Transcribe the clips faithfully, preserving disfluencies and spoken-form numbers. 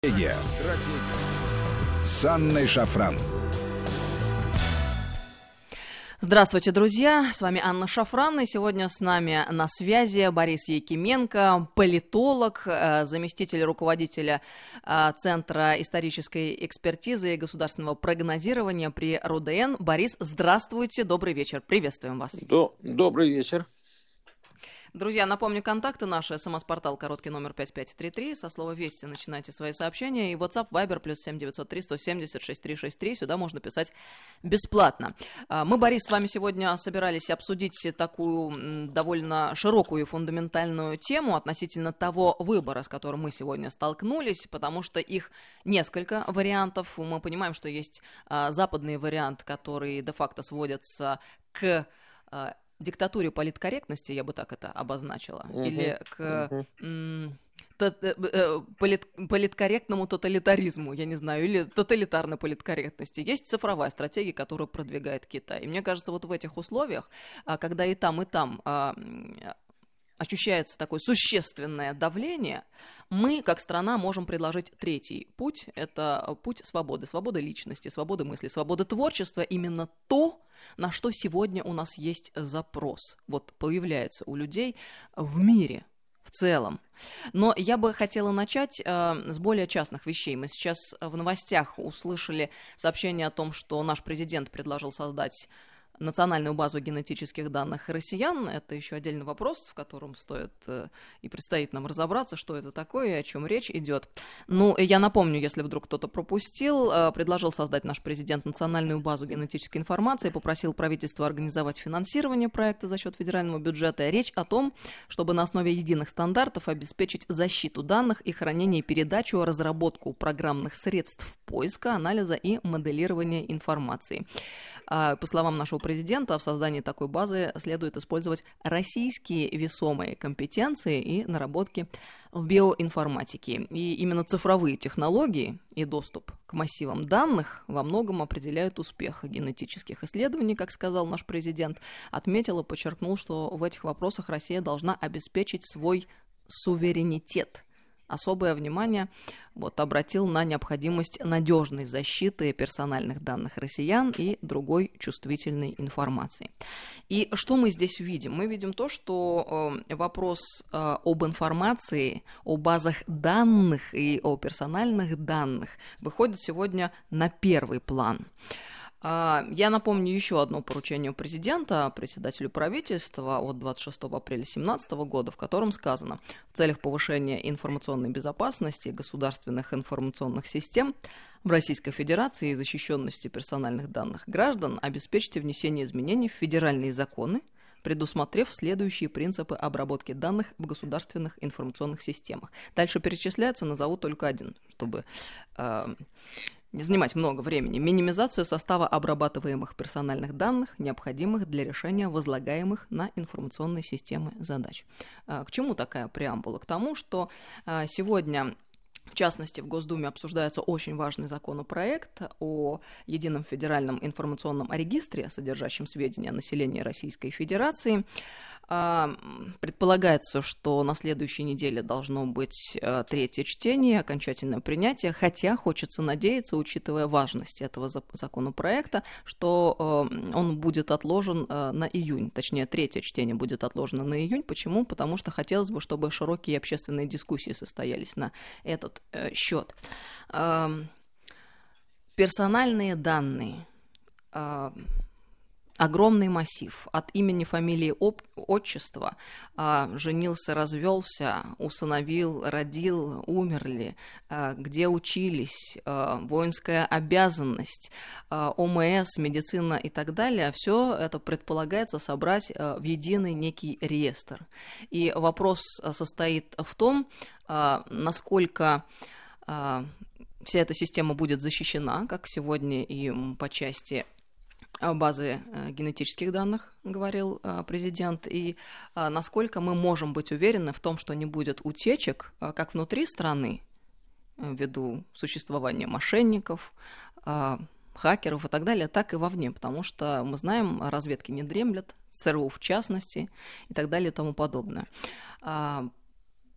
С Анной Шафран. Здравствуйте, друзья! С вами Анна Шафран, и сегодня с нами на связи Борис Якименко, политолог, заместитель руководителя Центра исторической экспертизы и государственного прогнозирования при РУДН. Борис, здравствуйте, добрый вечер, приветствуем вас. Добрый вечер. Друзья, напомню, контакты наши. СМС-портал короткий номер пять пять три три. Со слова «Вести» начинайте свои сообщения. И WhatsApp, Viber, плюс семь девятьсот три сто семьдесят шесть триста шестьдесят три. Сюда можно писать бесплатно. Мы, Борис, с вами сегодня собирались обсудить такую довольно широкую и фундаментальную тему относительно того выбора, с которым мы сегодня столкнулись, потому что их несколько вариантов. Мы понимаем, что есть западный вариант, который де-факто сводится к диктатуре политкорректности, я бы так это обозначила, uh-huh, или к uh-huh. м, то, э, полит, политкорректному тоталитаризму, я не знаю, или тоталитарной политкорректности. Есть цифровая стратегия, которую продвигает Китай. И мне кажется, вот в этих условиях, когда и там, и там ощущается такое существенное давление, мы, как страна, можем предложить третий путь. Это путь свободы, свободы личности, свободы мысли, свободы творчества. Именно то, на что сегодня у нас есть запрос. Вот появляется у людей в мире в целом. Но я бы хотела начать э, с более частных вещей. Мы сейчас в новостях услышали сообщение о том, что наш президент предложил создать национальную базу генетических данных россиян. Это еще отдельный вопрос, в котором стоит э, и предстоит нам разобраться, что это такое и о чем речь идет. Ну, я напомню, если вдруг кто-то пропустил, э, предложил создать наш президент национальную базу генетической информации, попросил правительство организовать финансирование проекта за счет федерального бюджета. Речь о том, чтобы на основе единых стандартов обеспечить защиту данных и хранение и передачу, разработку программных средств поиска, анализа и моделирования информации. По словам нашего президента, в создании такой базы следует использовать российские весомые компетенции и наработки в биоинформатике. И именно цифровые технологии и доступ к массивам данных во многом определяют успех генетических исследований, как сказал наш президент. Отметил и подчеркнул, что в этих вопросах Россия должна обеспечить свой суверенитет. Особое внимание вот, обратил на необходимость надежной защиты персональных данных россиян и другой чувствительной информации. И что мы здесь видим? Мы видим то, что э, вопрос э, об информации, о базах данных и о персональных данных выходит сегодня на первый план. Я напомню еще одно поручение президента, председателю правительства от двадцать шестого апреля две тысячи семнадцатого года, в котором сказано: в целях повышения информационной безопасности государственных информационных систем в Российской Федерации и защищенности персональных данных граждан обеспечьте внесение изменений в федеральные законы, предусмотрев следующие принципы обработки данных в государственных информационных системах. Дальше перечисляются, назову только один, чтобы э, не занимать много времени. Минимизацию состава обрабатываемых персональных данных, необходимых для решения возлагаемых на информационные системы задач. К чему такая преамбула? К тому, что сегодня, в частности, в Госдуме обсуждается очень важный законопроект о едином федеральном информационном регистре, содержащем сведения о населении Российской Федерации. Предполагается, что на следующей неделе должно быть третье чтение, окончательное принятие, хотя хочется надеяться, учитывая важность этого законопроекта, что он будет отложен на июнь, точнее, третье чтение будет отложено на июнь. Почему? Потому что хотелось бы, чтобы широкие общественные дискуссии состоялись на этот счет. Персональные данные. Огромный массив от имени, фамилии, об, отчества, а, женился, развелся, усыновил, родил, умерли, а, где учились, а, воинская обязанность, а, ОМС, медицина и так далее, все это предполагается собрать а, в единый некий реестр. И вопрос состоит в том, а, насколько а, вся эта система будет защищена, как сегодня и по части базы генетических данных, говорил президент, и насколько мы можем быть уверены в том, что не будет утечек как внутри страны, ввиду существования мошенников, хакеров и так далее, так и вовне, потому что мы знаем, разведки не дремлят, ЦРУ в частности и так далее и тому подобное.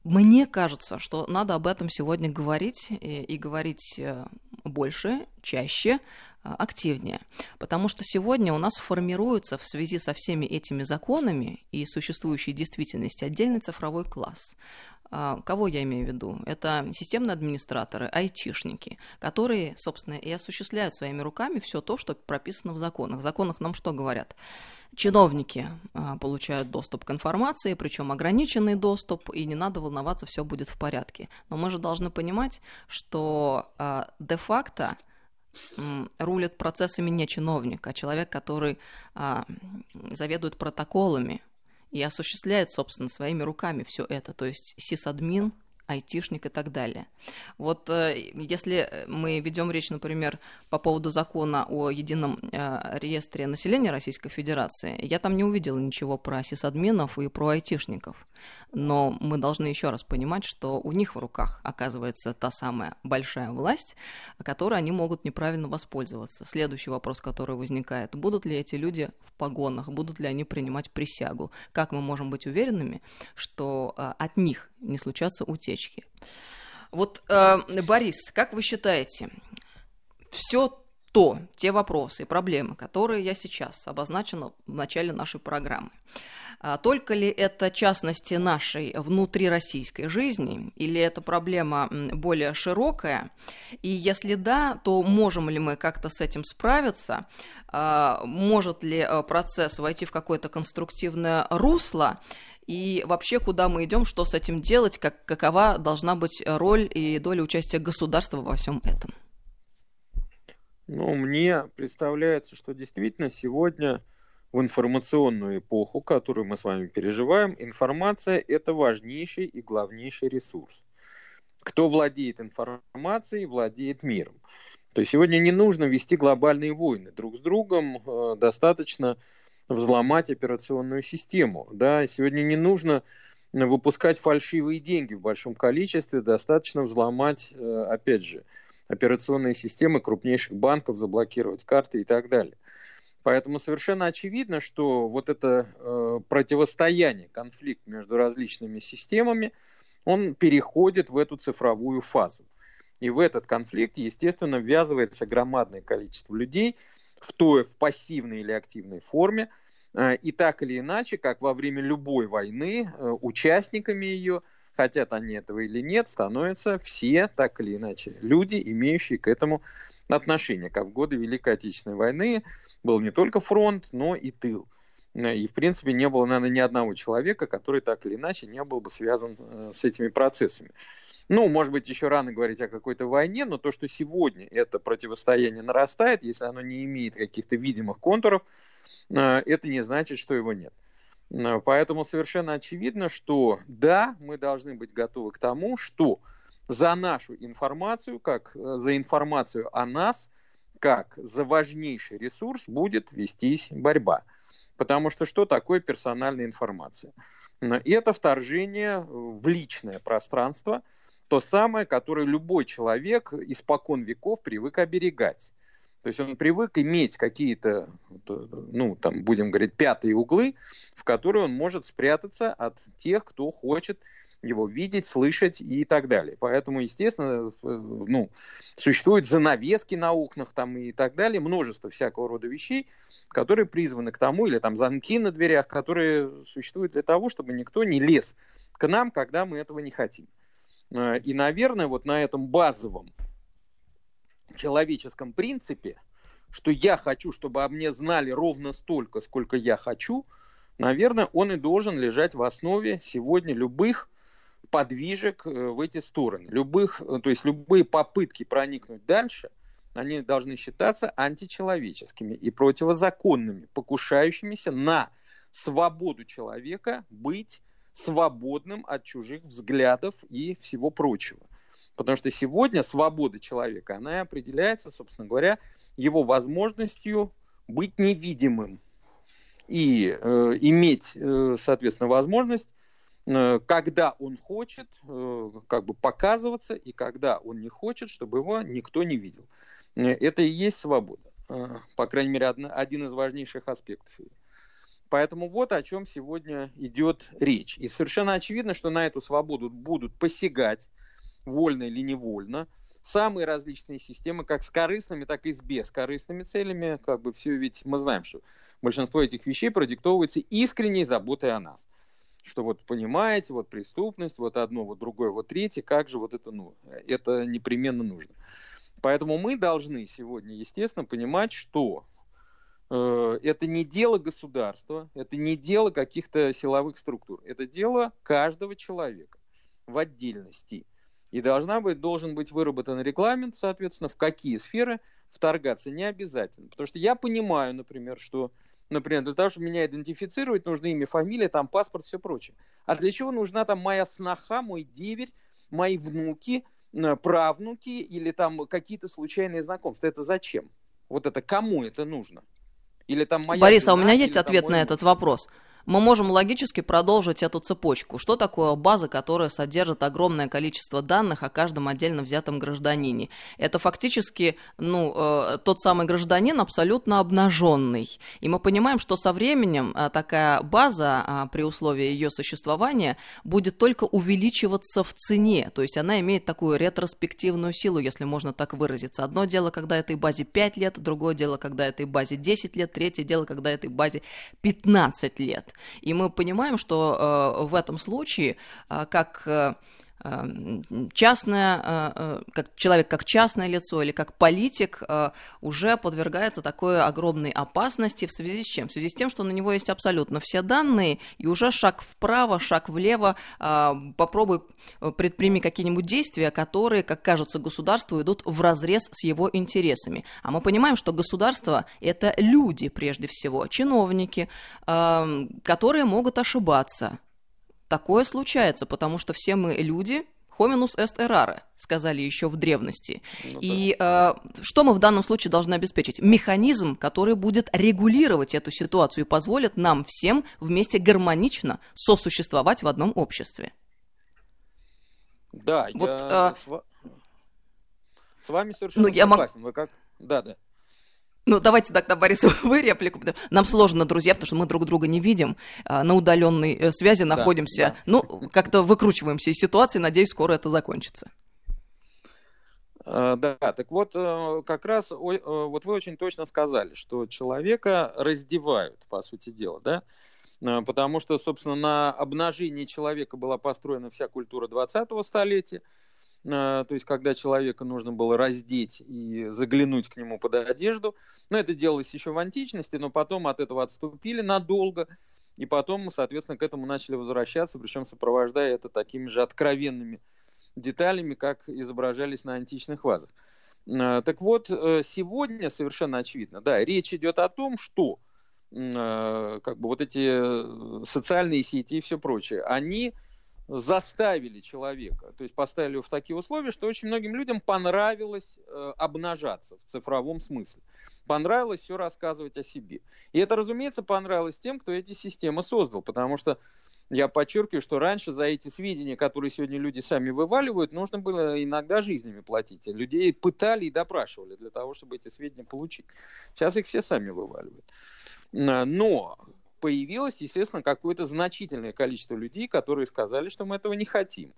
Мне кажется, что надо об этом сегодня говорить и, и говорить больше, чаще, активнее. Потому что сегодня у нас формируется в связи со всеми этими законами и существующей действительности отдельный цифровой класс. Кого я имею в виду? Это системные администраторы, айтишники, которые, собственно, и осуществляют своими руками все то, что прописано в законах. В законах нам что говорят? Чиновники а, получают доступ к информации, причем ограниченный доступ, и не надо волноваться, все будет в порядке. Но мы же должны понимать, что а, де-факто м, рулит процессами не чиновник, а человек, который а, заведует протоколами и осуществляет, собственно, своими руками все это, то есть сисадмин, айтишник и так далее. Вот э, если мы ведем речь, например, по поводу закона о едином э, реестре населения Российской Федерации, я там не увидела ничего про сисадминов и про айтишников. Но мы должны еще раз понимать, что у них в руках оказывается та самая большая власть, которой они могут неправильно воспользоваться. Следующий вопрос, который возникает: будут ли эти люди в погонах, будут ли они принимать присягу? Как мы можем быть уверенными, что э, от них не случатся утечки? Вот, э, Борис, как вы считаете, все то, те вопросы и проблемы, которые я сейчас обозначила в начале нашей программы, только ли это частности нашей внутрироссийской жизни, или это проблема более широкая? И если да, то можем ли мы как-то с этим справиться? Может ли процесс войти в какое-то конструктивное русло? И вообще, куда мы идем, что с этим делать, как, какова должна быть роль и доля участия государства во всем этом? Ну, мне представляется, что действительно сегодня в информационную эпоху, которую мы с вами переживаем, информация – это важнейший и главнейший ресурс. Кто владеет информацией, владеет миром. То есть сегодня не нужно вести глобальные войны друг с другом, достаточно взломать операционную систему. Да? Сегодня не нужно выпускать фальшивые деньги в большом количестве, достаточно взломать, опять же, операционные системы крупнейших банков, заблокировать карты и так далее. Поэтому совершенно очевидно, что вот это э, противостояние, конфликт между различными системами, он переходит в эту цифровую фазу. И в этот конфликт, естественно, ввязывается громадное количество людей в той, в пассивной или активной форме. Э, и так или иначе, как во время любой войны, э, участниками ее, хотят они этого или нет, становятся все, так или иначе, люди, имеющие к этому отношение. Как в годы Великой Отечественной войны был не только фронт, но и тыл. И, в принципе, не было, наверное, ни одного человека, который так или иначе не был бы связан с этими процессами. Ну, может быть, еще рано говорить о какой-то войне, но то, что сегодня это противостояние нарастает, если оно не имеет каких-то видимых контуров, это не значит, что его нет. Поэтому совершенно очевидно, что да, мы должны быть готовы к тому, что за нашу информацию, как за информацию о нас, как за важнейший ресурс будет вестись борьба. Потому что что такое персональная информация? Это вторжение в личное пространство, то самое, которое любой человек испокон веков привык оберегать. То есть он привык иметь какие-то, ну, там, будем говорить, пятые углы, в которые он может спрятаться от тех, кто хочет его видеть, слышать и так далее. Поэтому, естественно, ну, существуют занавески на окнах там, и так далее, множество всякого рода вещей, которые призваны к тому, или там замки на дверях, которые существуют для того, чтобы никто не лез к нам, когда мы этого не хотим. И, наверное, вот на этом базовом человеческом принципе, что я хочу, чтобы о мне знали ровно столько, сколько я хочу, наверное, он и должен лежать в основе сегодня любых подвижек в эти стороны. Любых, то есть любые попытки проникнуть дальше, они должны считаться античеловеческими и противозаконными, покушающимися на свободу человека быть свободным от чужих взглядов и всего прочего. Потому что сегодня свобода человека, она определяется, собственно говоря, его возможностью быть невидимым и э, иметь, э, соответственно, возможность, э, когда он хочет, э, как бы показываться, и когда он не хочет, чтобы его никто не видел. Это и есть свобода. Э, по крайней мере, одна, один из важнейших аспектов. Поэтому вот о чем сегодня идет речь. И совершенно очевидно, что на эту свободу будут посягать, вольно или невольно, самые различные системы, как с корыстными, так и с бескорыстными целями. Как бы все, ведь мы знаем, что большинство этих вещей продиктовывается искренней заботой о нас. Что вот понимаете, вот преступность, вот одно, вот другое, вот третье, как же вот это, ну, это непременно нужно. Поэтому мы должны сегодня, естественно, понимать, что э, это не дело государства, это не дело каких-то силовых структур, это дело каждого человека в отдельности. И должна быть, должен быть выработан регламент, соответственно, в какие сферы вторгаться не обязательно. Потому что я понимаю, например, что, например, для того, чтобы меня идентифицировать, нужно имя, фамилия, там паспорт, все прочее. А для чего нужна там моя сноха, мой деверь, мои внуки, правнуки или там какие-то случайные знакомства? Это зачем? Вот это кому это нужно? Или там моя Борис, жена, а у меня есть или, ответ там, на мой этот муж? вопрос. Мы можем логически продолжить эту цепочку. Что такое база, которая содержит огромное количество данных о каждом отдельно взятом гражданине? Это фактически, ну, э, тот самый гражданин абсолютно обнаженный. И мы понимаем, что со временем э, такая база, э, при условии ее существования, будет только увеличиваться в цене. То есть она имеет такую ретроспективную силу, если можно так выразиться. Одно дело, когда этой базе пять лет, другое дело, когда этой базе десять лет, третье дело, когда этой базе пятнадцать лет. И мы понимаем, что э, в этом случае, э, как э, частное, э, как человек как частное лицо или как политик э, уже подвергается такой огромной опасности в связи с чем? В связи с тем, что на него есть абсолютно все данные, и уже шаг вправо, шаг влево, э, попробуй предприми какие-нибудь действия, которые, как кажется, государству идут вразрез с его интересами. А мы понимаем, что государство – это люди, прежде всего, чиновники, э, которые могут ошибаться. Такое случается, потому что все мы люди, hominus est errare, сказали еще в древности. Ну, и э, что мы в данном случае должны обеспечить? Механизм, который будет регулировать эту ситуацию и позволит нам всем вместе гармонично сосуществовать в одном обществе. Да, вот, я э, с, ва... с вами совершенно ну, я согласен. мог... Вы как? Да, да. Ну, давайте тогда, Борис, вы реплику. Нам сложно, друзья, потому что мы друг друга не видим, на удаленной связи находимся. Да, да. Ну, как-то выкручиваемся из ситуации, надеюсь, скоро это закончится. Да, так вот, как раз вот вы очень точно сказали, что человека раздевают, по сути дела, да? Потому что, собственно, на обнажении человека была построена вся культура двадцатого столетия. То есть, когда человека нужно было раздеть и заглянуть к нему под одежду. Но это делалось еще в античности, но потом от этого отступили надолго. И потом, соответственно, к этому начали возвращаться, причем сопровождая это такими же откровенными деталями, как изображались на античных вазах. Так вот, сегодня совершенно очевидно, да, речь идет о том, что как бы вот эти социальные сети и все прочее, они заставили человека, то есть поставили его в такие условия, что очень многим людям понравилось э, обнажаться в цифровом смысле. Понравилось все рассказывать о себе. И это, разумеется, понравилось тем, кто эти системы создал, потому что я подчеркиваю, что раньше за эти сведения, которые сегодня люди сами вываливают, нужно было иногда жизнями платить. Людей пытали и допрашивали для того, чтобы эти сведения получить. Сейчас их все сами вываливают. Но появилось, естественно, какое-то значительное количество людей, которые сказали, что мы этого не хотим.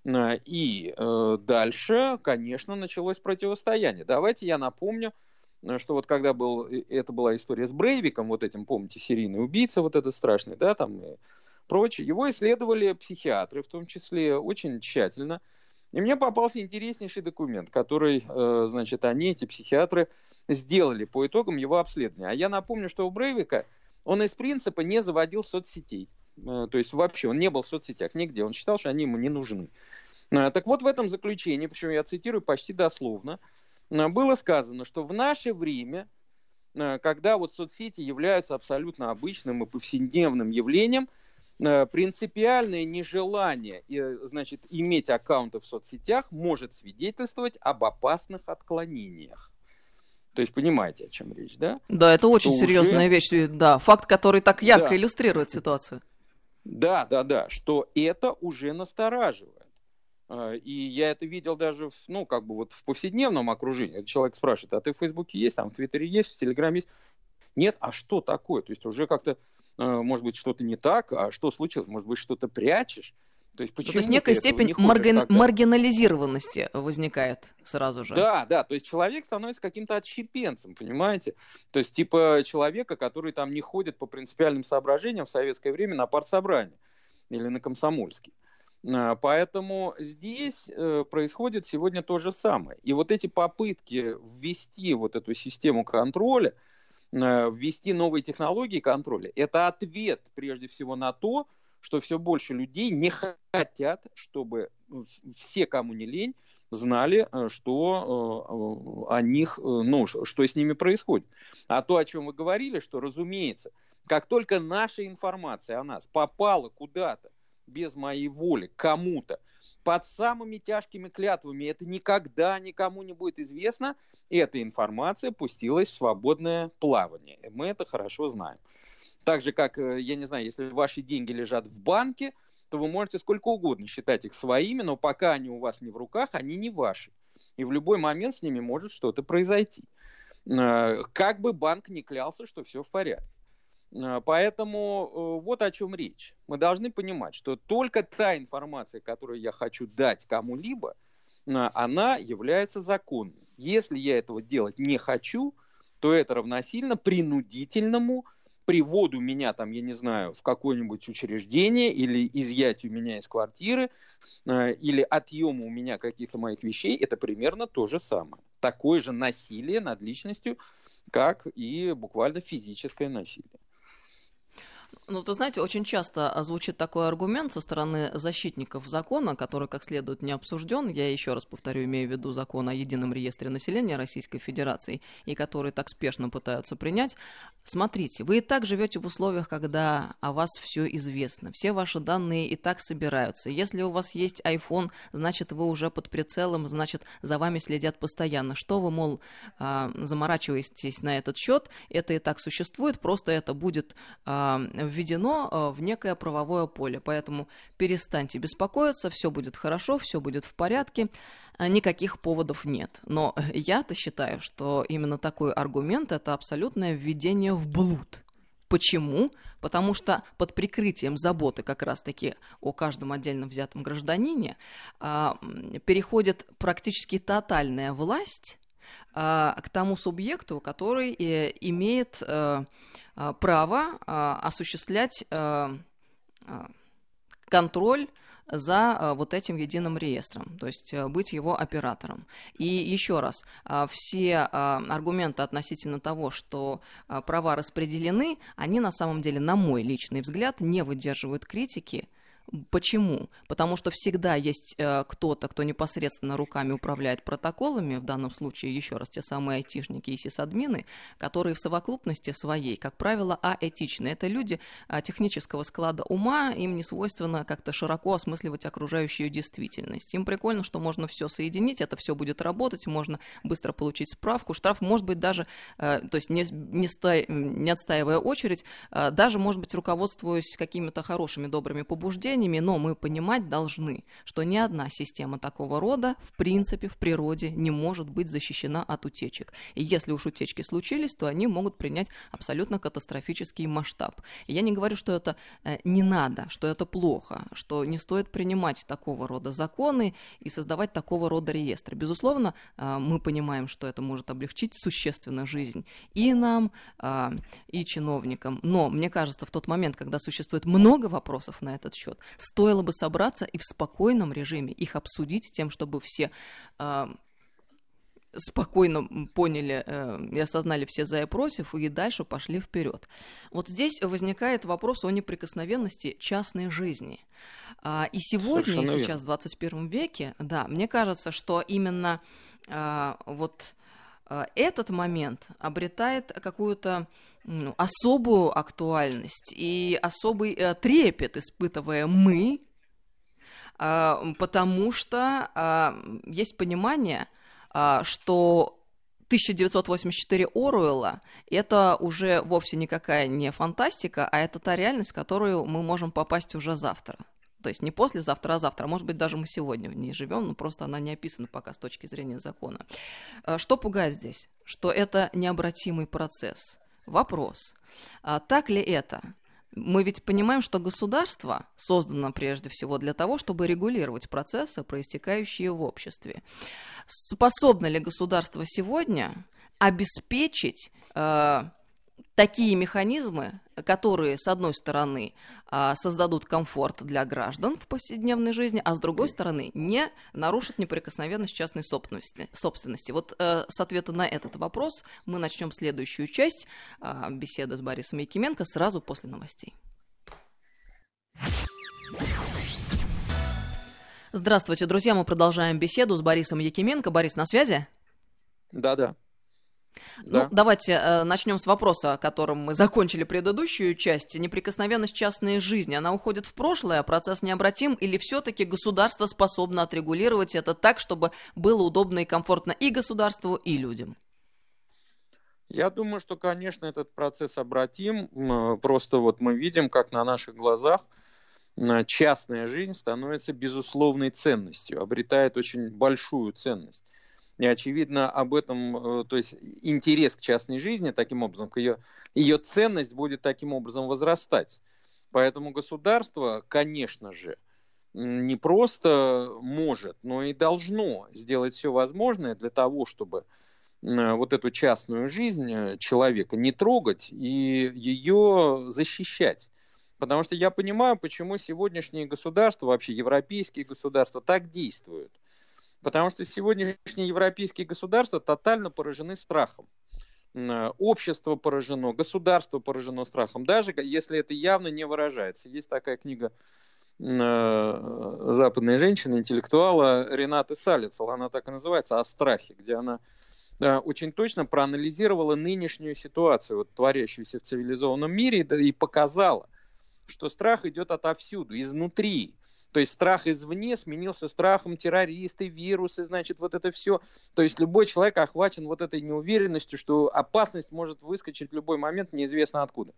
И э, дальше, конечно, началось противостояние. Давайте я напомню, что вот когда был, это была история с Брейвиком, вот этим, помните, серийный убийца, вот этот страшный, да, там и прочее, его исследовали психиатры, в том числе, очень тщательно. И мне попался интереснейший документ, который, э, значит, они, эти психиатры, сделали по итогам его обследования. А я напомню, что у Брейвика он из принципа не заводил соцсетей. То есть вообще он не был в соцсетях нигде. Он считал, что они ему не нужны. Так вот в этом заключении, причем я цитирую почти дословно, было сказано, что в наше время, когда вот соцсети являются абсолютно обычным и повседневным явлением, принципиальное нежелание, значит, иметь аккаунты в соцсетях может свидетельствовать об опасных отклонениях. То есть понимаете, о чем речь, да? Да, это очень что серьезная уже... вещь, да, факт, который так ярко да. иллюстрирует ситуацию. Да, да, да, что это уже настораживает. И я это видел даже в, ну, как бы вот в повседневном окружении. Человек спрашивает, а ты в Фейсбуке есть, там в Твиттере есть, в Телеграме есть? Нет, а что такое? То есть уже как-то может быть, что-то не так, а что случилось, может быть, что-то прячешь. То есть, почему то есть некая степень маргин... маргинализированности возникает сразу же. Да, да, то есть человек становится каким-то отщепенцем, понимаете? То есть типа человека, который там не ходит по принципиальным соображениям в советское время на партсобрание или на комсомольский. Поэтому здесь происходит сегодня то же самое. И вот эти попытки ввести вот эту систему контроля, ввести новые технологии контроля, это ответ прежде всего на то, что все больше людей не хотят, чтобы все, кому не лень, знали, что о них, ну, что с ними происходит. А то, о чем вы говорили, что, разумеется, как только наша информация о нас попала куда-то без моей воли, кому-то, под самыми тяжкими клятвами, это никогда никому не будет известно, эта информация пустилась в свободное плавание. Мы это хорошо знаем. Так же, как, я не знаю, если ваши деньги лежат в банке, то вы можете сколько угодно считать их своими, но пока они у вас не в руках, они не ваши. И в любой момент с ними может что-то произойти. Как бы банк ни клялся, что все в порядке. Поэтому вот о чем речь. Мы должны понимать, что только та информация, которую я хочу дать кому-либо, она является законной. Если я этого делать не хочу, то это равносильно принудительному приводу меня, там, я не знаю, в какое-нибудь учреждение или изъятию меня из квартиры э, или отъему у меня каких-то моих вещей, это примерно то же самое. Такое же насилие над личностью, как и буквально физическое насилие. Ну, вы знаете, очень часто звучит такой аргумент со стороны защитников закона, который как следует не обсужден. Я еще раз повторю, имею в виду закон о едином реестре населения Российской Федерации, и который так спешно пытаются принять. Смотрите, вы и так живете в условиях, когда о вас все известно, все ваши данные и так собираются. Если у вас есть iPhone, значит, вы уже под прицелом, значит, за вами следят постоянно. Что вы, мол, заморачиваетесь на этот счет? Это и так существует, просто это будет введено в некое правовое поле. Поэтому перестаньте беспокоиться, все будет хорошо, все будет в порядке, никаких поводов нет. Но я-то считаю, что именно такой аргумент – это абсолютное введение в блуд. Почему? Потому что под прикрытием заботы как раз-таки о каждом отдельно взятом гражданине переходит практически тотальная власть к тому субъекту, который имеет право осуществлять контроль за вот этим единым реестром, то есть быть его оператором. И еще раз, все аргументы относительно того, что права распределены, они на самом деле, на мой личный взгляд, не выдерживают критики. Почему? Потому что всегда есть э, кто-то, кто непосредственно руками управляет протоколами, в данном случае, еще раз, те самые айтишники и сисадмины, которые в совокупности своей, как правило, аэтичны. Это люди э, технического склада ума, им не свойственно как-то широко осмысливать окружающую действительность. Им прикольно, что можно все соединить, это все будет работать, можно быстро получить справку. Штраф может быть даже, э, то есть не, не, ста... не отстаивая очередь, э, даже, может быть, руководствуясь какими-то хорошими, добрыми побуждениями, но мы понимать должны, что ни одна система такого рода в принципе в природе не может быть защищена от утечек. И если уж утечки случились, то они могут принять абсолютно катастрофический масштаб. И я не говорю, что это не надо, что это плохо, что не стоит принимать такого рода законы и создавать такого рода реестры. Безусловно, мы понимаем, что это может облегчить существенно жизнь и нам, и чиновникам. Но мне кажется, в тот момент, когда существует много вопросов на этот счет, стоило бы собраться и в спокойном режиме их обсудить с тем, чтобы все э, спокойно поняли э, и осознали все за и против, и дальше пошли вперед. Вот здесь возникает вопрос о неприкосновенности частной жизни. А, и сегодня, и сейчас, в двадцать первом веке, да, мне кажется, что именно э, вот этот момент обретает какую-то ну, особую актуальность и особый э, трепет испытываем мы, э, потому что э, есть понимание, э, что тысяча девятьсот восемьдесят четыре Оруэлла — это уже вовсе никакая не фантастика, а это та реальность, в которую мы можем попасть уже завтра. То есть не послезавтра, а завтра. Может быть, даже мы сегодня в ней живем, но просто она не описана пока с точки зрения закона. Что пугает здесь? Что это необратимый процесс. Вопрос. Так ли это? Мы ведь понимаем, что государство создано прежде всего для того, чтобы регулировать процессы, проистекающие в обществе. Способно ли государство сегодня обеспечить э, такие механизмы, которые, с одной стороны, э, создадут комфорт для граждан в повседневной жизни, а с другой стороны, не нарушат неприкосновенность частной собственности? собственности? Вот э, с ответа на этот вопрос мы начнем следующую часть э, беседы с Борисом Якименко сразу после новостей. Здравствуйте, друзья, мы продолжаем беседу с Борисом Якименко. Борис, на связи? Да-да. Ну, Да. давайте э, начнем с вопроса, которым мы закончили предыдущую часть. Неприкосновенность частной жизни, она уходит в прошлое, а процесс необратим, или все-таки государство способно отрегулировать это так, чтобы было удобно и комфортно и государству, и людям? Я думаю, что, конечно, этот процесс обратим. Просто вот мы видим, как на наших глазах частная жизнь становится безусловной ценностью, обретает очень большую ценность. И, очевидно, об этом, то есть интерес к частной жизни, таким образом, к ее, ее ценность будет таким образом возрастать. Поэтому государство, конечно же, не просто может, но и должно сделать все возможное для того, чтобы вот эту частную жизнь человека не трогать и ее защищать. Потому что я понимаю, почему сегодняшние государства, вообще европейские государства, так действуют. Потому что сегодняшние европейские государства тотально поражены страхом. Общество поражено, государство поражено страхом, даже если это явно не выражается. Есть такая книга западной женщины, интеллектуала Ренаты Салицал, она так и называется «О страхе», где она очень точно проанализировала нынешнюю ситуацию, вот, творящуюся в цивилизованном мире, и показала, что страх идет отовсюду, изнутри. То есть страх извне сменился страхом террористы, вирусы, значит, вот это все. То есть любой человек охвачен вот этой неуверенностью, что опасность может выскочить в любой момент, неизвестно откуда.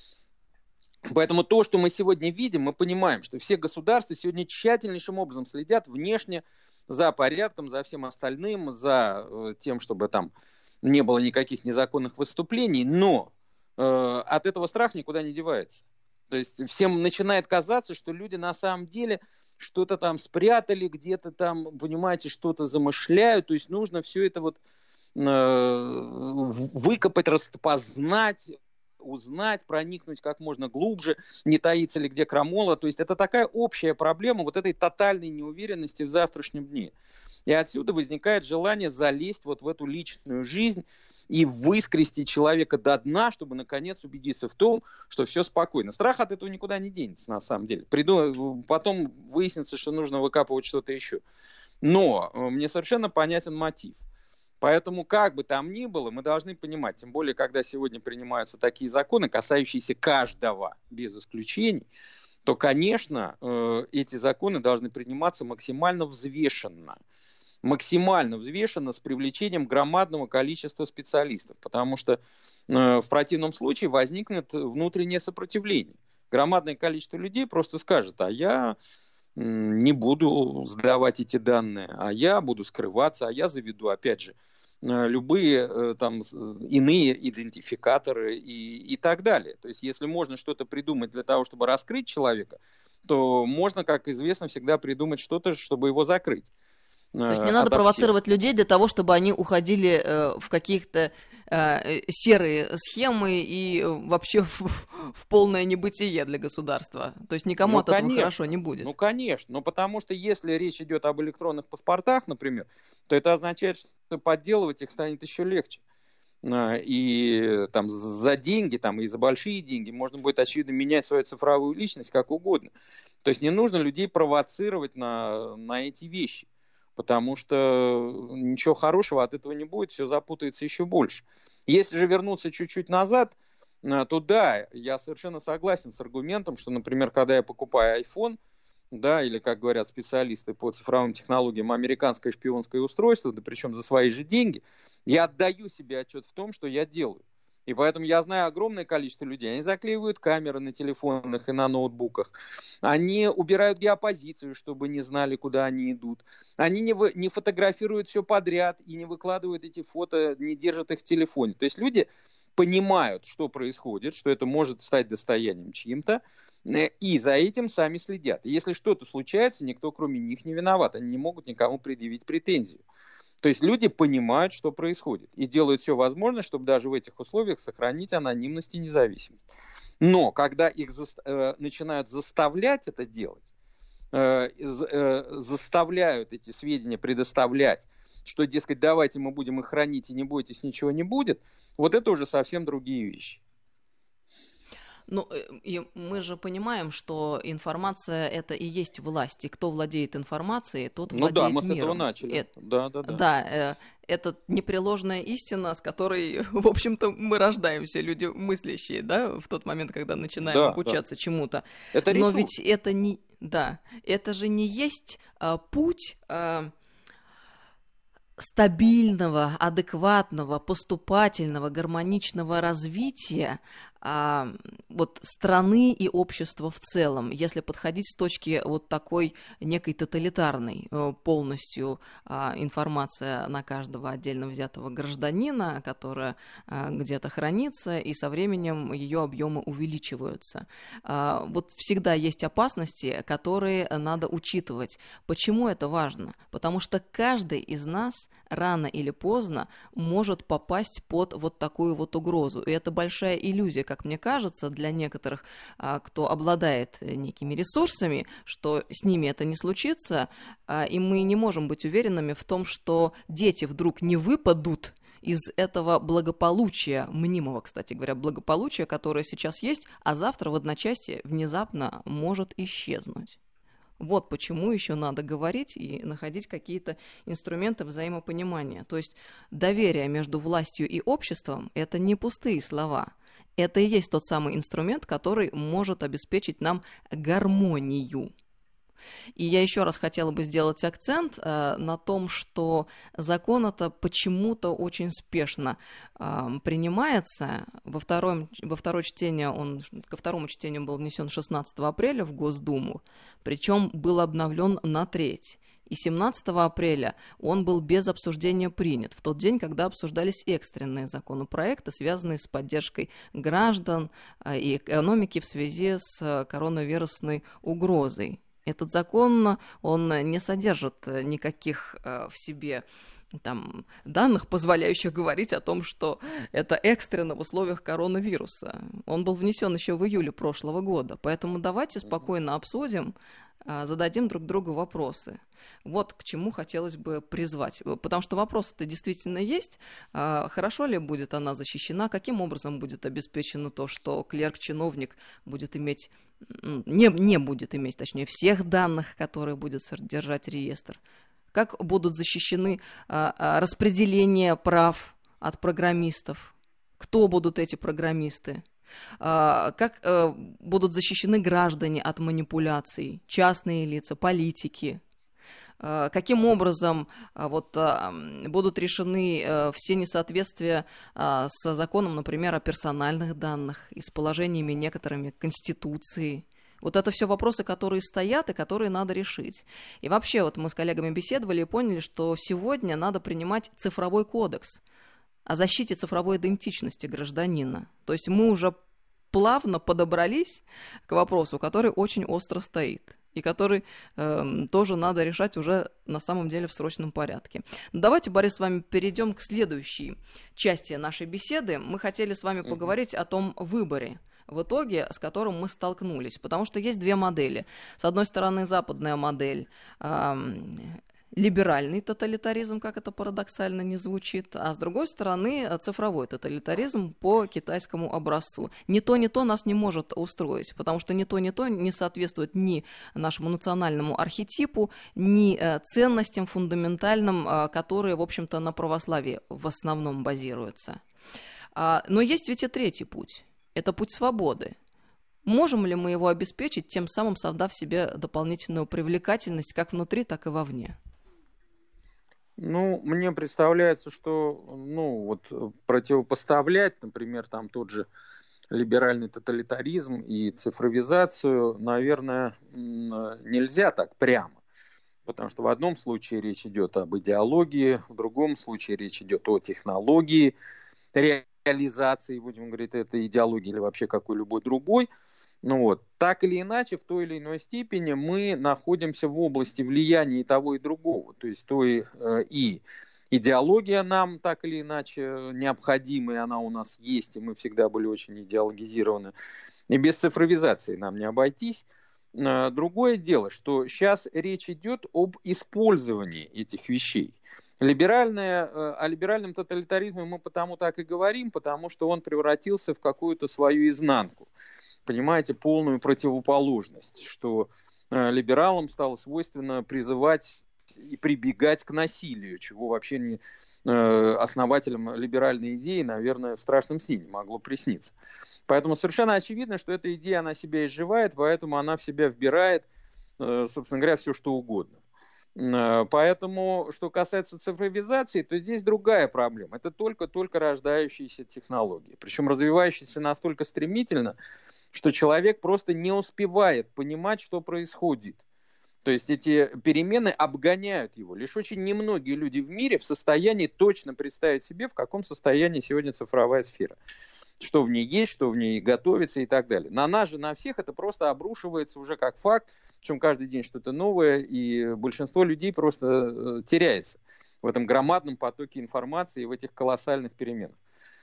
Поэтому то, что мы сегодня видим, мы понимаем, что все государства сегодня тщательнейшим образом следят внешне за порядком, за всем остальным, за тем, чтобы там не было никаких незаконных выступлений, но э, от этого страх никуда не девается. То есть всем начинает казаться, что люди на самом деле что-то там спрятали, где-то там, понимаете, что-то замышляют. То есть нужно все это вот э, выкопать, распознать, узнать, проникнуть как можно глубже, не таится ли где крамола. То есть это такая общая проблема вот этой тотальной неуверенности в завтрашнем дне. И отсюда возникает желание залезть вот в эту личную жизнь и выскрести человека до дна, чтобы наконец убедиться в том, что все спокойно. Страх от этого никуда не денется, на самом деле. Приду... Потом выяснится, что нужно выкапывать что-то еще. Но мне совершенно понятен мотив. Поэтому, как бы там ни было, мы должны понимать, тем более, когда сегодня принимаются такие законы, касающиеся каждого, без исключений, то, конечно, эти законы должны приниматься максимально взвешенно. максимально взвешенно, с привлечением громадного количества специалистов, потому что э, в противном случае возникнет внутреннее сопротивление. Громадное количество людей просто скажет: а я не буду сдавать эти данные, а я буду скрываться, а я заведу, опять же, любые там иные идентификаторы и, и так далее. То есть, если можно что-то придумать для того, чтобы раскрыть человека, то можно, как известно, всегда придумать что-то, чтобы его закрыть. То есть не надо провоцировать всех людей для того, чтобы они уходили э, в каких-то э, серые схемы и вообще в, в полное небытие для государства. То есть никому ну, от этого конечно, хорошо не будет. Ну, конечно. Ну, потому что если речь идет об электронных паспортах, например, то это означает, что подделывать их станет еще легче. И там за деньги, там, и за большие деньги можно будет, очевидно, менять свою цифровую личность как угодно. То есть не нужно людей провоцировать на, на эти вещи. Потому что ничего хорошего от этого не будет, все запутается еще больше. Если же вернуться чуть-чуть назад, то да, я совершенно согласен с аргументом, что, например, когда я покупаю iPhone, да, или, как говорят специалисты по цифровым технологиям, американское шпионское устройство, да причем за свои же деньги, я отдаю себе отчет в том, что я делаю. И поэтому я знаю огромное количество людей. Они заклеивают камеры на телефонах и на ноутбуках. Они убирают геопозицию, чтобы не знали, куда они идут. Они не, вы, не фотографируют все подряд и не выкладывают эти фото, не держат их в телефоне. То есть люди понимают, что происходит, что это может стать достоянием чьим-то, и за этим сами следят. И если что-то случается, никто кроме них не виноват, они не могут никому предъявить претензию. То есть люди понимают, что происходит, и делают все возможное, чтобы даже в этих условиях сохранить анонимность и независимость. Но когда их за, э, начинают заставлять это делать, э, э, заставляют эти сведения предоставлять, что, дескать, давайте мы будем их хранить и не бойтесь, ничего не будет, вот это уже совсем другие вещи. Ну, и мы же понимаем, что информация — это и есть власть, и кто владеет информацией, тот владеет миром. Ну да, мы с этого начали. Это, да, да, да. Да, это непреложная истина, с которой, в общем-то, мы рождаемся, люди мыслящие, да, в тот момент, когда начинаем да, обучаться да. чему-то. Это ресурс. Но ведь это не, да, это же не есть а, путь... А, стабильного, адекватного, поступательного, гармоничного развития а, вот, страны и общества в целом, если подходить с точки вот такой некой тоталитарной, полностью а, информация на каждого отдельно взятого гражданина, которая а, где-то хранится, и со временем ее объемы увеличиваются. А, вот всегда есть опасности, которые надо учитывать. Почему это важно? Потому что каждый из нас рано или поздно может попасть под вот такую вот угрозу. И это большая иллюзия, как мне кажется, для некоторых, кто обладает некими ресурсами, что с ними это не случится, и мы не можем быть уверенными в том, что дети вдруг не выпадут из этого благополучия, мнимого, кстати говоря, благополучия, которое сейчас есть, а завтра в одночасье внезапно может исчезнуть. Вот почему еще надо говорить и находить какие-то инструменты взаимопонимания. То есть доверие между властью и обществом – это не пустые слова. Это и есть тот самый инструмент, который может обеспечить нам гармонию. И я еще раз хотела бы сделать акцент э, на том, что закон это почему-то очень спешно э, принимается. Во, втором, во второе чтение он, ко второму чтению был внесен шестнадцатого апреля в Госдуму, причем был обновлен на треть. И семнадцатого апреля он был без обсуждения принят, в тот день, когда обсуждались экстренные законопроекты, связанные с поддержкой граждан э, и экономики в связи с коронавирусной угрозой. Этот закон, он не содержит никаких э, в себе там, данных, позволяющих говорить о том, что это экстренно в условиях коронавируса. Он был внесен еще в июле прошлого года, поэтому давайте спокойно обсудим, э, зададим друг другу вопросы. Вот к чему хотелось бы призвать. Потому что вопросы-то действительно есть. Э, хорошо ли будет она защищена? Каким образом будет обеспечено то, что клерк-чиновник будет иметь Не, не будет иметь, точнее, всех данных, которые будет содержать реестр? Как будут защищены а, а, распределение прав от программистов? Кто будут эти программисты? А, как а, будут защищены граждане от манипуляций? Частные лица, политики? Каким образом вот, будут решены все несоответствия с законом, например, о персональных данных и с положениями некоторыми Конституции? Вот это все вопросы, которые стоят и которые надо решить. И вообще, вот мы с коллегами беседовали и поняли, что сегодня надо принимать цифровой кодекс о защите цифровой идентичности гражданина. То есть мы уже плавно подобрались к вопросу, который очень остро стоит, и который э, тоже надо решать уже на самом деле в срочном порядке. Давайте, Борис, с вами перейдем к следующей части нашей беседы. Мы хотели с вами поговорить о том выборе, в итоге, с которым мы столкнулись, потому что есть две модели. С одной стороны, западная модель, э, либеральный тоталитаризм, как это парадоксально не звучит, а с другой стороны, цифровой тоталитаризм по китайскому образцу. Ни то, ни то нас не может устроить, потому что ни то, ни то не соответствует ни нашему национальному архетипу, ни ценностям фундаментальным, которые, в общем-то, на православии в основном базируются. Но есть ведь и третий путь. Это путь свободы. Можем ли мы его обеспечить, тем самым создав себе дополнительную привлекательность как внутри, так и вовне? Ну, мне представляется, что, ну, вот противопоставлять, например, там тот же либеральный тоталитаризм и цифровизацию, наверное, нельзя так прямо. Потому что в одном случае речь идет об идеологии, в другом случае речь идет о технологии. Реальность реализации, будем говорить, этой идеологии или вообще какой-либо другой. Ну вот, так или иначе, в той или иной степени мы находимся в области влияния и того, и другого. То есть той э, и идеология нам так или иначе необходима, и она у нас есть, и мы всегда были очень идеологизированы. И без цифровизации нам не обойтись. Э, другое дело, что сейчас речь идет об использовании этих вещей. Либеральное, о либеральном тоталитаризме мы потому так и говорим, потому что он превратился в какую-то свою изнанку. Понимаете, полную противоположность, что э, либералам стало свойственно призывать и прибегать к насилию, чего вообще не э, основателям либеральной идеи, наверное, в страшном сне не могло присниться. Поэтому совершенно очевидно, что эта идея, она себя изживает, поэтому она в себя вбирает, э, собственно говоря, все что угодно. Поэтому, что касается цифровизации, то здесь другая проблема. Это только-только рождающиеся технологии. Причем развивающиеся настолько стремительно, что человек просто не успевает понимать, что происходит. То есть эти перемены обгоняют его. Лишь очень немногие люди в мире в состоянии точно представить себе, в каком состоянии сегодня цифровая сфера. Что в ней есть, что в ней готовится и так далее. На нас же, на всех это просто обрушивается уже как факт, причем каждый день что-то новое, и большинство людей просто теряется в этом громадном потоке информации и в этих колоссальных переменах.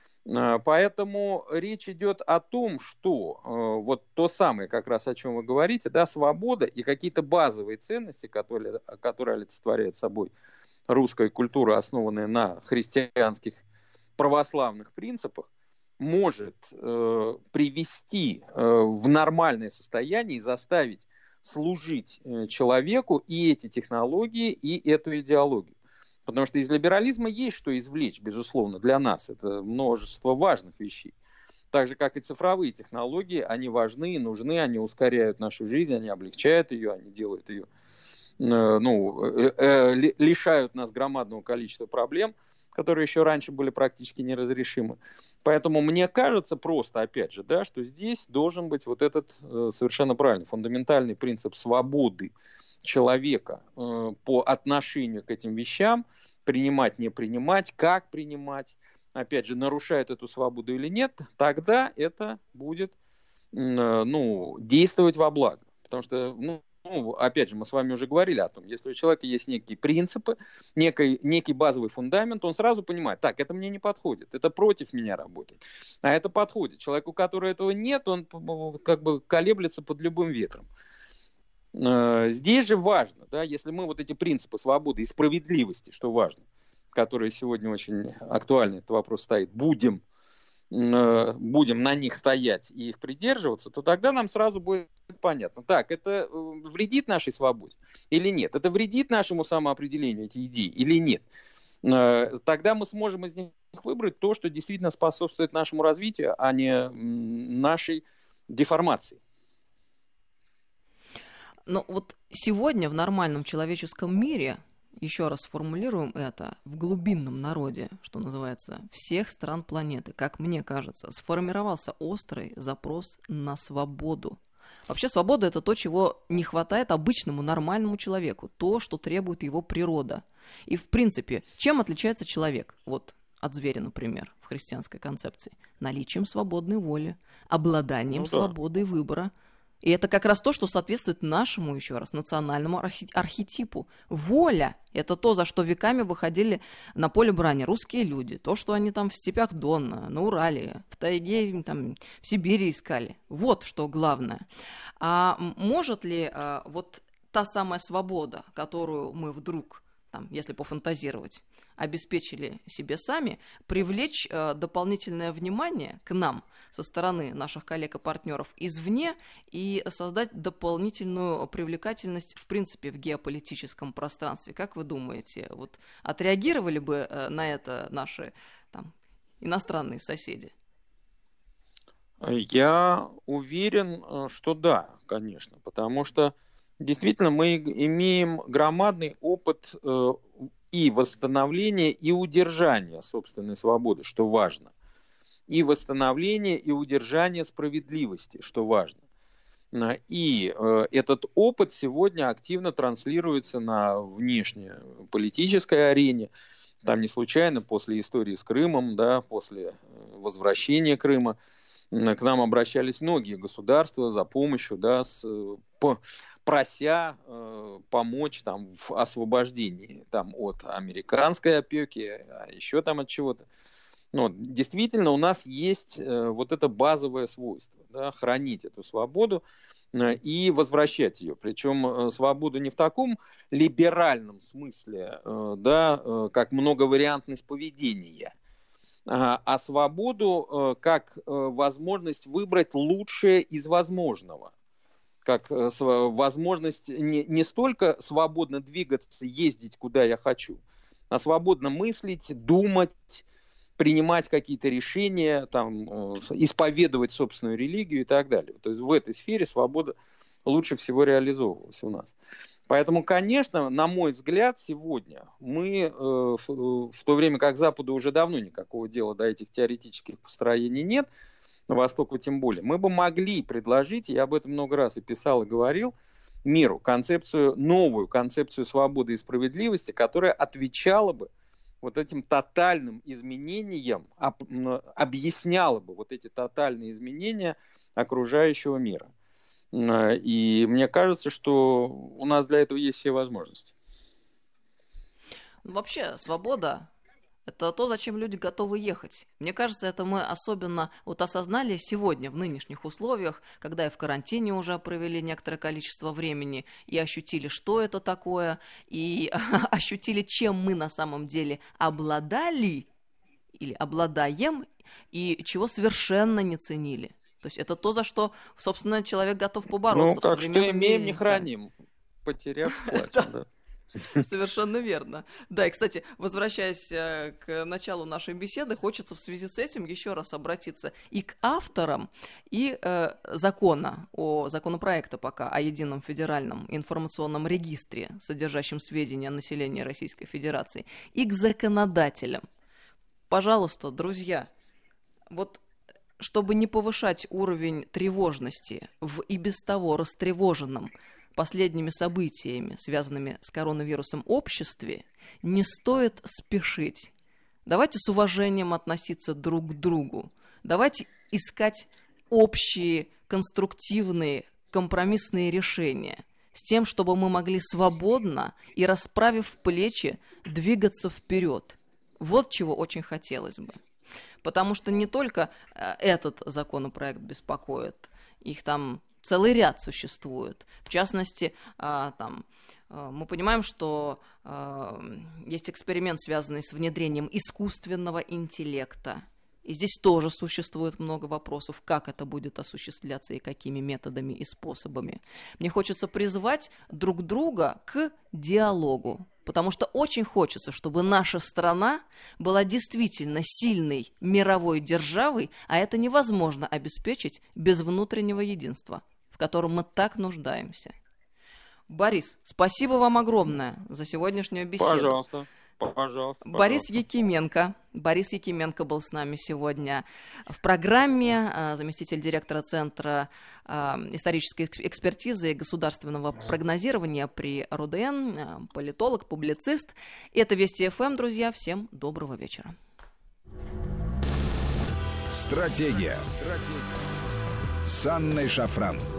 Поэтому речь идет о том, что вот то самое, как раз о чем вы говорите, да, свобода и какие-то базовые ценности, которые, которые олицетворяет собой русская культура, основанная на христианских православных принципах, может э, привести э, в нормальное состояние и заставить служить э, человеку и эти технологии, и эту идеологию. Потому что из либерализма есть что извлечь, безусловно, для нас. Это множество важных вещей. Так же, как и цифровые технологии, они важны и нужны, они ускоряют нашу жизнь, они облегчают ее, они делают ее, э, ну, э, э, лишают нас громадного количества проблем, которые еще раньше были практически неразрешимы. Поэтому мне кажется просто, опять же, да, что здесь должен быть вот этот э, совершенно правильный, фундаментальный принцип свободы человека э, по отношению к этим вещам, принимать, не принимать, как принимать, опять же, нарушает эту свободу или нет, тогда это будет э, ну, действовать во благо. Потому что, ну, Ну, опять же, мы с вами уже говорили о том, если у человека есть некие принципы, некий, некий базовый фундамент, он сразу понимает, так, это мне не подходит, это против меня работает, а это подходит. Человеку, у которого этого нет, он как бы колеблется под любым ветром. Здесь же важно, да, если мы вот эти принципы свободы и справедливости, что важно, которые сегодня очень актуальны, этот вопрос стоит, будем будем на них стоять и их придерживаться, то тогда нам сразу будет понятно, так, это вредит нашей свободе или нет, это вредит нашему самоопределению, эти идеи, или нет. Тогда мы сможем из них выбрать то, что действительно способствует нашему развитию, а не нашей деформации. Но вот сегодня в нормальном человеческом мире, еще раз сформулируем это, в глубинном народе, что называется, всех стран планеты, как мне кажется, сформировался острый запрос на свободу. Вообще свобода – это то, чего не хватает обычному нормальному человеку, то, что требует его природа. И, в принципе, чем отличается человек? Вот от зверя, например, в христианской концепции. Наличием свободной воли, обладанием ну, да. свободой выбора. И это как раз то, что соответствует нашему, еще раз, национальному архи- архетипу. Воля – это то, за что веками выходили на поле брани русские люди. То, что они там в степях Дона, на Урале, в тайге, там, в Сибири искали. Вот что главное. А может ли а, вот та самая свобода, которую мы вдруг, там, если пофантазировать, обеспечили себе сами, привлечь э, дополнительное внимание к нам со стороны наших коллег и партнеров извне и создать дополнительную привлекательность, в принципе, в геополитическом пространстве. Как вы думаете, вот отреагировали бы э, на это наши там, иностранные соседи? Я уверен, что да, конечно, потому что действительно мы имеем громадный опыт э, и восстановления, и удержания собственной свободы, что важно. И восстановление, и удержание справедливости, что важно. И э, этот опыт сегодня активно транслируется на внешнеполитической арене. Там не случайно после истории с Крымом, да, после возвращения Крыма. К нам обращались многие государства за помощью, да, с, по, прося э, помочь там, в освобождении там, от американской опеки, а еще там от чего-то. Ну, действительно, у нас есть э, вот это базовое свойство, да, хранить эту свободу э, и возвращать ее. Причем э, свободу не в таком либеральном смысле, э, да, э, как многовариантность поведения, а свободу как возможность выбрать лучшее из возможного. Как возможность не, не столько свободно двигаться, ездить куда я хочу, а свободно мыслить, думать, принимать какие-то решения, там, исповедовать собственную религию и так далее. То есть в этой сфере свобода лучше всего реализовывалась у нас. Поэтому, конечно, на мой взгляд, сегодня мы, э, в, в то время как Западу уже давно никакого дела до этих теоретических построений нет, на Востоку тем более, мы бы могли предложить, я об этом много раз и писал, и говорил, миру концепцию, новую концепцию свободы и справедливости, которая отвечала бы вот этим тотальным изменениям, об, объясняла бы вот эти тотальные изменения окружающего мира. И мне кажется, что у нас для этого есть все возможности. Вообще, свобода – это то, зачем люди готовы ехать. Мне кажется, это мы особенно вот осознали сегодня, в нынешних условиях, когда и в карантине уже провели некоторое количество времени, и ощутили, что это такое, и ощутили, чем мы на самом деле обладали или обладаем, и чего совершенно не ценили. То есть это то, за что, собственно, человек готов побороться. Ну, как что имеем, не храним. Да. Потеряв, платим, да. Совершенно верно. Да, и, кстати, возвращаясь к началу нашей беседы, хочется в связи с этим еще раз обратиться и к авторам, и э, закона, о, законопроекта пока о едином федеральном информационном регистре, содержащем сведения о населении Российской Федерации, и к законодателям. Пожалуйста, друзья, вот чтобы не повышать уровень тревожности в и без того растревоженном последними событиями, связанными с коронавирусом обществе, не стоит спешить. Давайте с уважением относиться друг к другу. Давайте искать общие, конструктивные, компромиссные решения с тем, чтобы мы могли свободно и, расправив плечи, двигаться вперед. Вот чего очень хотелось бы. Потому что не только этот законопроект беспокоит, их там целый ряд существует. В частности, там, мы понимаем, что есть эксперимент, связанный с внедрением искусственного интеллекта. И здесь тоже существует много вопросов, как это будет осуществляться и какими методами и способами. Мне хочется призвать друг друга к диалогу, потому что очень хочется, чтобы наша страна была действительно сильной мировой державой, а это невозможно обеспечить без внутреннего единства, в котором мы так нуждаемся. Борис, спасибо вам огромное за сегодняшнюю беседу. Пожалуйста. Пожалуйста, Борис пожалуйста. Якименко. Борис Якименко был с нами сегодня в программе, заместитель директора Центра исторической экспертизы и государственного прогнозирования при РУДН, политолог, публицист. Это Вести эф эм, друзья. Всем доброго вечера. Стратегия. Стратегия. С Анной Шафран.